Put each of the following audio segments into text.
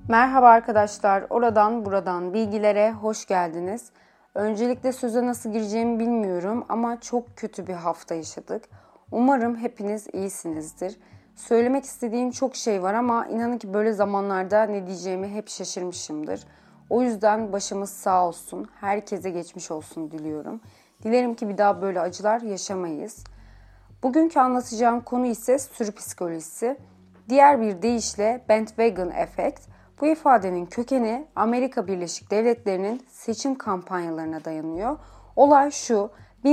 Merhaba arkadaşlar, oradan buradan bilgilere hoş geldiniz. Öncelikle söze nasıl gireceğimi bilmiyorum ama çok kötü bir hafta yaşadık. Umarım hepiniz iyisinizdir. Söylemek istediğim çok şey var ama inanın ki böyle zamanlarda ne diyeceğimi hep şaşırmışımdır. O yüzden başımız sağ olsun, herkese geçmiş olsun diliyorum. Dilerim ki bir daha böyle acılar yaşamayız. Bugünkü anlatacağım konu ise sürü psikolojisi. Diğer bir deyişle bandwagon efekt. Bu ifadenin kökeni Amerika Birleşik Devletleri'nin seçim kampanyalarına dayanıyor. Olay şu,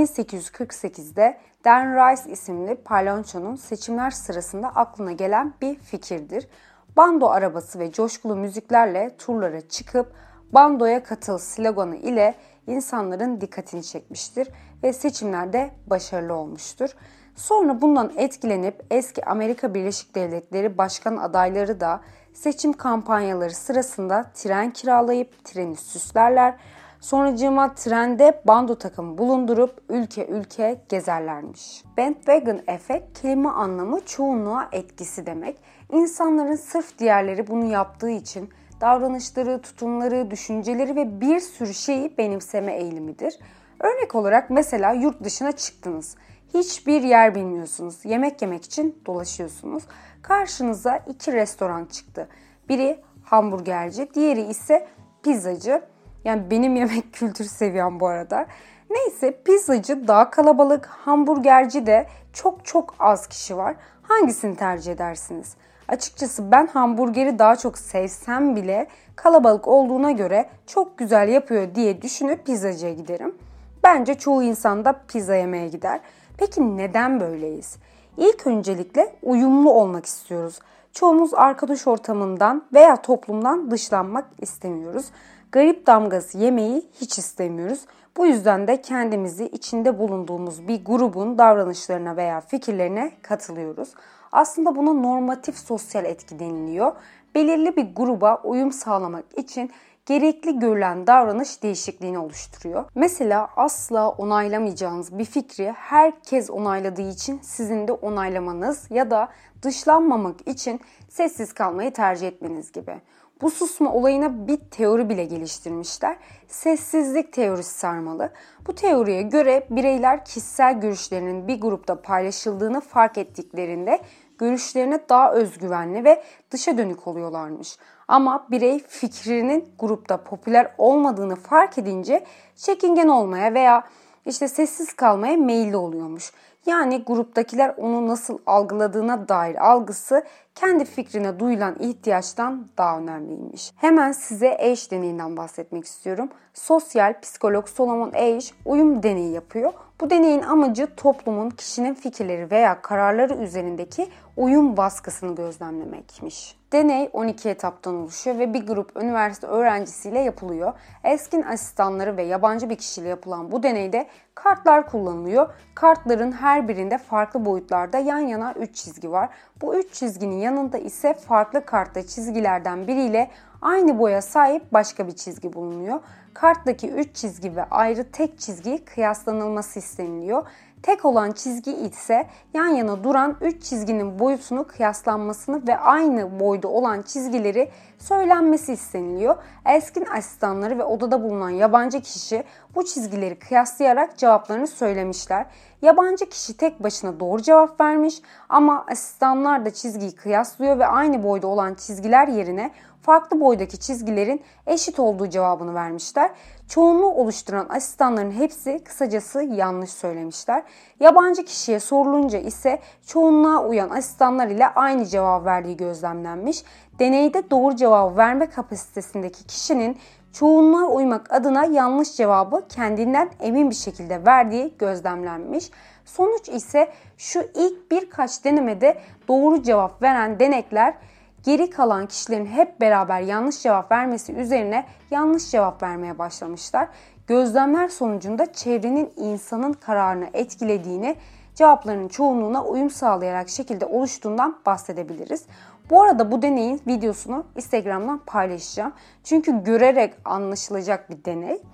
1848'de Dan Rice isimli palyaçonun seçimler sırasında aklına gelen bir fikirdir. Bando arabası ve coşkulu müziklerle turlara çıkıp "Bandoya katıl" sloganı ile insanların dikkatini çekmiştir ve seçimlerde başarılı olmuştur. Sonra bundan etkilenip eski Amerika Birleşik Devletleri başkan adayları da seçim kampanyaları sırasında tren kiralayıp treni süslerler. Sonracığıma trende bando takımı bulundurup ülke ülke gezerlermiş. Bandwagon efekt kelime anlamı çoğunluğa etkisi demek. İnsanların sırf diğerleri bunu yaptığı için davranışları, tutumları, düşünceleri ve bir sürü şeyi benimseme eğilimidir. Örnek olarak mesela yurt dışına çıktınız. Hiçbir yer bilmiyorsunuz. Yemek yemek için dolaşıyorsunuz. Karşınıza iki restoran çıktı. Biri hamburgerci, diğeri ise pizzacı. Yani benim yemek kültür seviyem bu arada. Neyse, pizzacı daha kalabalık, hamburgerci de çok az kişi var. Hangisini tercih edersiniz? Açıkçası ben hamburgeri daha çok sevsem bile kalabalık olduğuna göre çok güzel yapıyor diye düşünüp pizzacıya giderim. Bence çoğu insan da pizza yemeye gider. Peki neden böyleyiz? İlk öncelikle uyumlu olmak istiyoruz. Çoğumuz arkadaş ortamından veya toplumdan dışlanmak istemiyoruz. Garip damgası yemeyi hiç istemiyoruz. Bu yüzden de kendimizi içinde bulunduğumuz bir grubun davranışlarına veya fikirlerine katılıyoruz. Aslında buna normatif sosyal etki deniliyor. Belirli bir gruba uyum sağlamak için gerekli görülen davranış değişikliğini oluşturuyor. Mesela asla onaylamayacağınız bir fikri herkes onayladığı için sizin de onaylamanız ya da dışlanmamak için sessiz kalmayı tercih etmeniz gibi. Bu susma olayına bir teori bile geliştirmişler. Sessizlik teorisi sarmalı. Bu teoriye göre bireyler kişisel görüşlerinin bir grupta paylaşıldığını fark ettiklerinde görüşlerine daha özgüvenli ve dışa dönük oluyorlarmış. Ama birey fikrinin grupta popüler olmadığını fark edince çekingen olmaya veya sessiz kalmaya meyilli oluyormuş. Yani gruptakiler onu nasıl algıladığına dair algısı kendi fikrine duyulan ihtiyaçtan daha önemliymiş. Hemen size Aish deneyinden bahsetmek istiyorum. Sosyal psikolog Solomon Aish uyum deneyi yapıyor. Bu deneyin amacı toplumun kişinin fikirleri veya kararları üzerindeki uyum baskısını gözlemlemekmiş. Deney 12 etaptan oluşuyor ve bir grup üniversite öğrencisiyle yapılıyor. Eskin asistanları ve yabancı bir kişiyle yapılan bu deneyde kartlar kullanılıyor. Kartların her birinde farklı boyutlarda yan yana 3 çizgi var. Bu 3 çizginin yanında ise farklı kartta çizgilerden biriyle aynı boya sahip başka bir çizgi bulunuyor. Karttaki 3 çizgi ve ayrı tek çizgi kıyaslanılması isteniliyor. Tek olan çizgi ise yan yana duran 3 çizginin boyutunu kıyaslanmasını ve aynı boyda olan çizgileri söylenmesi isteniliyor. Eskin asistanları ve odada bulunan yabancı kişi bu çizgileri kıyaslayarak cevaplarını söylemişler. Yabancı kişi tek başına doğru cevap vermiş ama asistanlar da çizgiyi kıyaslıyor ve aynı boyda olan çizgiler yerine farklı boydaki çizgilerin eşit olduğu cevabını vermişler. Çoğunluğu oluşturan asistanların hepsi kısacası yanlış söylemişler. Yabancı kişiye sorulunca ise çoğunluğa uyan asistanlar ile aynı cevap verdiği gözlemlenmiş. Deneyde doğru cevabı verme kapasitesindeki kişinin çoğunluğa uymak adına yanlış cevabı kendinden emin bir şekilde verdiği gözlemlenmiş. Sonuç ise şu: ilk birkaç denemede doğru cevap veren denekler geri kalan kişilerin hep beraber yanlış cevap vermesi üzerine yanlış cevap vermeye başlamışlar. Gözlemler sonucunda çevrenin insanın kararını etkilediğini, cevapların çoğunluğuna uyum sağlayarak şekilde oluştuğundan bahsedebiliriz. Bu arada bu deneyin videosunu Instagram'dan paylaşacağım. Çünkü görerek anlaşılacak bir deney.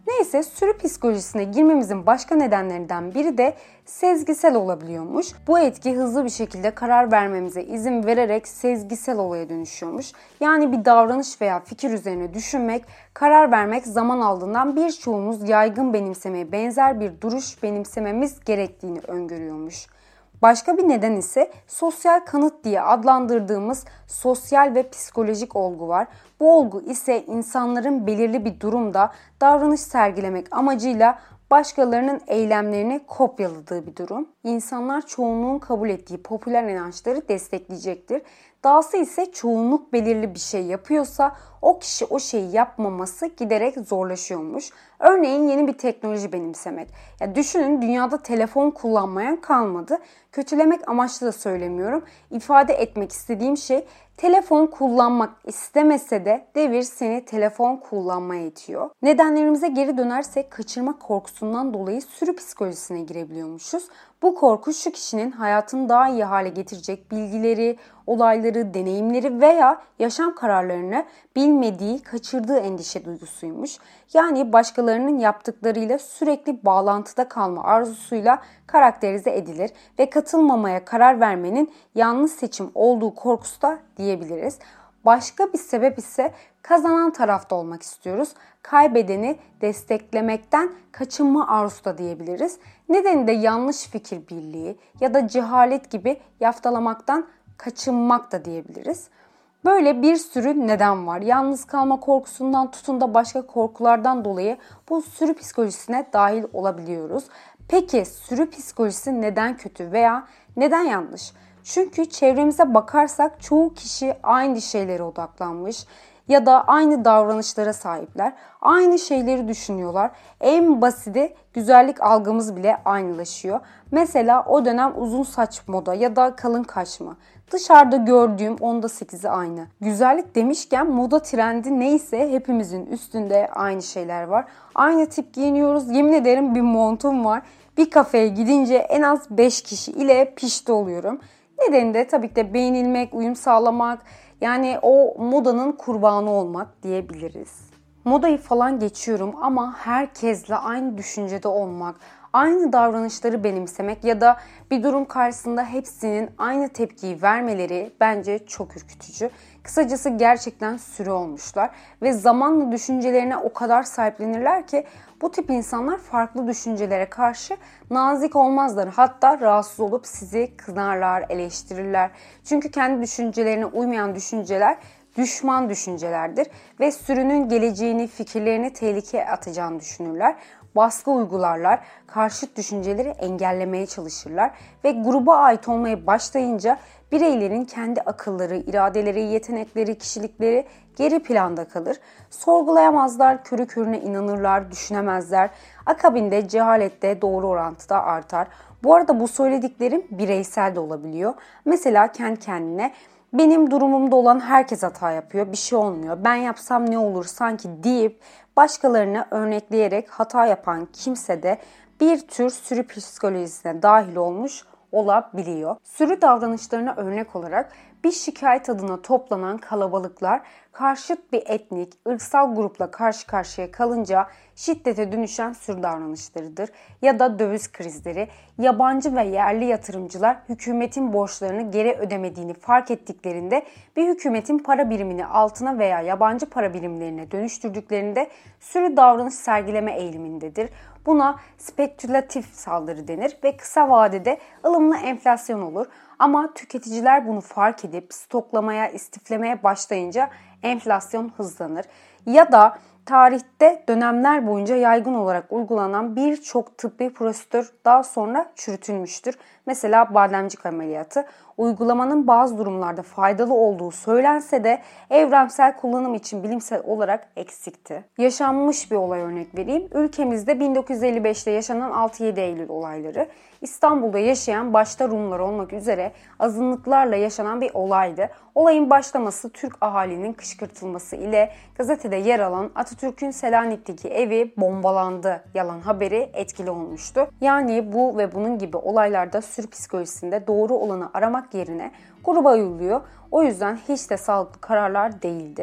Neyse, sürü psikolojisine girmemizin başka nedenlerinden biri de sezgisel olabiliyormuş. Bu etki hızlı bir şekilde karar vermemize izin vererek sezgisel olaya dönüşüyormuş. Yani bir davranış veya fikir üzerine düşünmek, karar vermek zaman aldığından birçoğumuz yaygın benimsemeye benzer bir duruş benimsememiz gerektiğini öngörüyormuş. Başka bir neden ise sosyal kanıt diye adlandırdığımız sosyal ve psikolojik olgu var. Bu olgu ise insanların belirli bir durumda davranış sergilemek amacıyla başkalarının eylemlerini kopyaladığı bir durum. İnsanlar çoğunluğun kabul ettiği popüler inançları destekleyecektir. Dahası ise çoğunluk belirli bir şey yapıyorsa o kişi o şeyi yapmaması giderek zorlaşıyormuş. Örneğin yeni bir teknoloji benimsemek. Ya düşünün, dünyada telefon kullanmayan kalmadı. Kötülemek amaçlı da söylemiyorum. İfade etmek istediğim şey, telefon kullanmak istemese de devir seni telefon kullanmaya itiyor. Nedenlerimize geri dönersek kaçırma korkusundan dolayı sürü psikolojisine girebiliyormuşuz. Bu korku şu kişinin hayatını daha iyi hale getirecek bilgileri, olayları, deneyimleri veya yaşam kararlarını bilmediği, kaçırdığı endişe duygusuymuş. Yani başkalarının yaptıklarıyla sürekli bağlantıda kalma arzusuyla karakterize edilir ve katılmamaya karar vermenin yanlış seçim olduğu korkusu da diyebiliriz. Başka bir sebep ise kazanan tarafta olmak istiyoruz. Kaybedeni desteklemekten kaçınma arzusu da diyebiliriz. Nedeni de yanlış fikir birliği ya da cehalet gibi yaftalamaktan kaçınmak da diyebiliriz. Böyle bir sürü neden var. Yalnız kalma korkusundan tutun da başka korkulardan dolayı bu sürü psikolojisine dahil olabiliyoruz. Peki sürü psikolojisi neden kötü veya neden yanlış? Çünkü çevremize bakarsak çoğu kişi aynı şeylere odaklanmış ya da aynı davranışlara sahipler. Aynı şeyleri düşünüyorlar. En basiti güzellik algımız bile aynılaşıyor. Mesela o dönem uzun saç moda ya da kalın kaş mı? Dışarıda gördüğüm onda 8'i aynı. Güzellik demişken moda trendi neyse hepimizin üstünde aynı şeyler var. Aynı tip giyiniyoruz. Yemin ederim bir montum var. Bir kafeye gidince en az 5 kişi ile pişti oluyorum. Nedeni de tabii ki de beğenilmek, uyum sağlamak, yani o modanın kurbanı olmak diyebiliriz. Modayı falan geçiyorum ama herkesle aynı düşüncede olmak, aynı davranışları benimsemek ya da bir durum karşısında hepsinin aynı tepkiyi vermeleri bence çok ürkütücü. Kısacası gerçekten sürü olmuşlar ve zamanla düşüncelerine o kadar sahiplenirler ki bu tip insanlar farklı düşüncelere karşı nazik olmazlar. Hatta rahatsız olup sizi kınarlar, eleştirirler. Çünkü kendi düşüncelerine uymayan düşünceler düşman düşüncelerdir ve sürünün geleceğini, fikirlerini tehlikeye atacağını düşünürler. Baskı uygularlar, karşıt düşünceleri engellemeye çalışırlar ve gruba ait olmaya başlayınca bireylerin kendi akılları, iradeleri, yetenekleri, kişilikleri geri planda kalır. Sorgulayamazlar, körü körüne inanırlar, düşünemezler. Akabinde cehalet de doğru orantıda artar. Bu arada bu söylediklerim bireysel de olabiliyor. Mesela kendi kendine benim durumumda olan herkes hata yapıyor, bir şey olmuyor, ben yapsam ne olur sanki deyip başkalarına örnekleyerek hata yapan kimse de bir tür sürü psikolojisine dahil olmuş olabiliyor. Sürü davranışlarına örnek olarak bir şikayet adına toplanan kalabalıklar karşıt bir etnik, ırksal grupla karşı karşıya kalınca şiddete dönüşen sürü davranışlarıdır. Ya da döviz krizleri, yabancı ve yerli yatırımcılar hükümetin borçlarını geri ödemediğini fark ettiklerinde bir hükümetin para birimini altına veya yabancı para birimlerine dönüştürdüklerinde sürü davranış sergileme eğilimindedir. Buna spekülatif saldırı denir ve kısa vadede ılımlı enflasyon olur. Ama tüketiciler bunu fark edip stoklamaya, istiflemeye başlayınca enflasyon hızlanır. Ya da tarihte dönemler boyunca yaygın olarak uygulanan birçok tıbbi prosedür daha sonra çürütülmüştür. Mesela bademcik ameliyatı uygulamanın bazı durumlarda faydalı olduğu söylense de evrensel kullanım için bilimsel olarak eksikti. Yaşanmış bir olay örnek vereyim. Ülkemizde 1955'te yaşanan 6-7 Eylül olayları İstanbul'da yaşayan başta Rumlar olmak üzere azınlıklarla yaşanan bir olaydı. Olayın başlaması Türk ahalinin kışkırtılması ile gazetede yer alan Atatürk'ün Selanik'teki evi bombalandı yalan haberi etkili olmuştu. Yani bu ve bunun gibi olaylarda sürü psikolojisinde doğru olanı aramak yerine gruba uyuluyor. O yüzden hiç de sağlıklı kararlar değildir.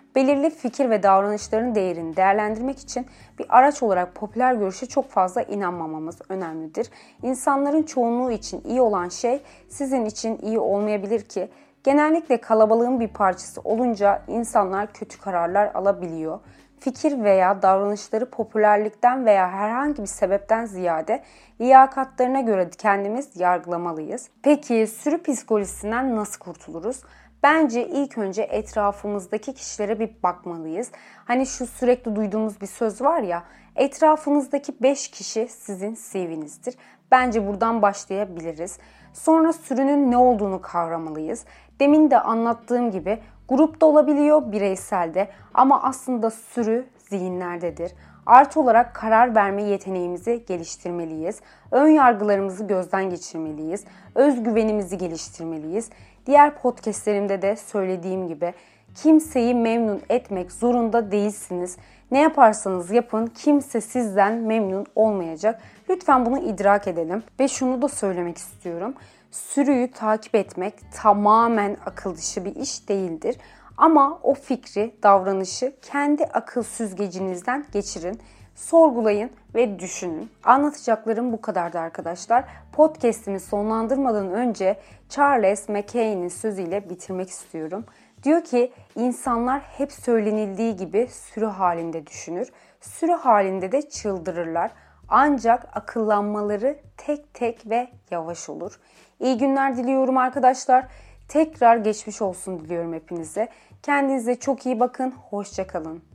Belirli fikir ve davranışların değerini değerlendirmek için bir araç olarak popüler görüşe çok fazla inanmamamız önemlidir. İnsanların çoğunluğu için iyi olan şey sizin için iyi olmayabilir ki genellikle kalabalığın bir parçası olunca insanlar kötü kararlar alabiliyor. Fikir veya davranışları popülerlikten veya herhangi bir sebepten ziyade liyakatlarına göre kendimiz yargılamalıyız. Peki sürü psikolojisinden nasıl kurtuluruz? Bence ilk önce etrafımızdaki kişilere bir bakmalıyız. Hani şu sürekli duyduğumuz bir söz var ya, etrafınızdaki 5 kişi sizin CV'nizdir. Bence buradan başlayabiliriz. Sonra sürünün ne olduğunu kavramalıyız. Demin de anlattığım gibi grupta olabiliyor, bireyselde ama aslında sürü zihinlerdedir. Artı olarak karar verme yeteneğimizi geliştirmeliyiz. Ön yargılarımızı gözden geçirmeliyiz. Özgüvenimizi geliştirmeliyiz. Diğer podcastlerimde de söylediğim gibi kimseyi memnun etmek zorunda değilsiniz. Ne yaparsanız yapın kimse sizden memnun olmayacak. Lütfen bunu idrak edelim. Ve şunu da söylemek istiyorum. Sürüyü takip etmek tamamen akıl dışı bir iş değildir. Ama o fikri, davranışı kendi akıl süzgecinizden geçirin, sorgulayın ve düşünün. Anlatacaklarım bu kadardı arkadaşlar. Podcast'imi sonlandırmadan önce Charles Mackay'nin sözüyle bitirmek istiyorum. Diyor ki insanlar hep söylenildiği gibi sürü halinde düşünür. Sürü halinde de çıldırırlar. Ancak akıllanmaları tek tek ve yavaş olur. İyi günler diliyorum arkadaşlar. Tekrar geçmiş olsun diliyorum hepinize. Kendinize çok iyi bakın. Hoşça kalın.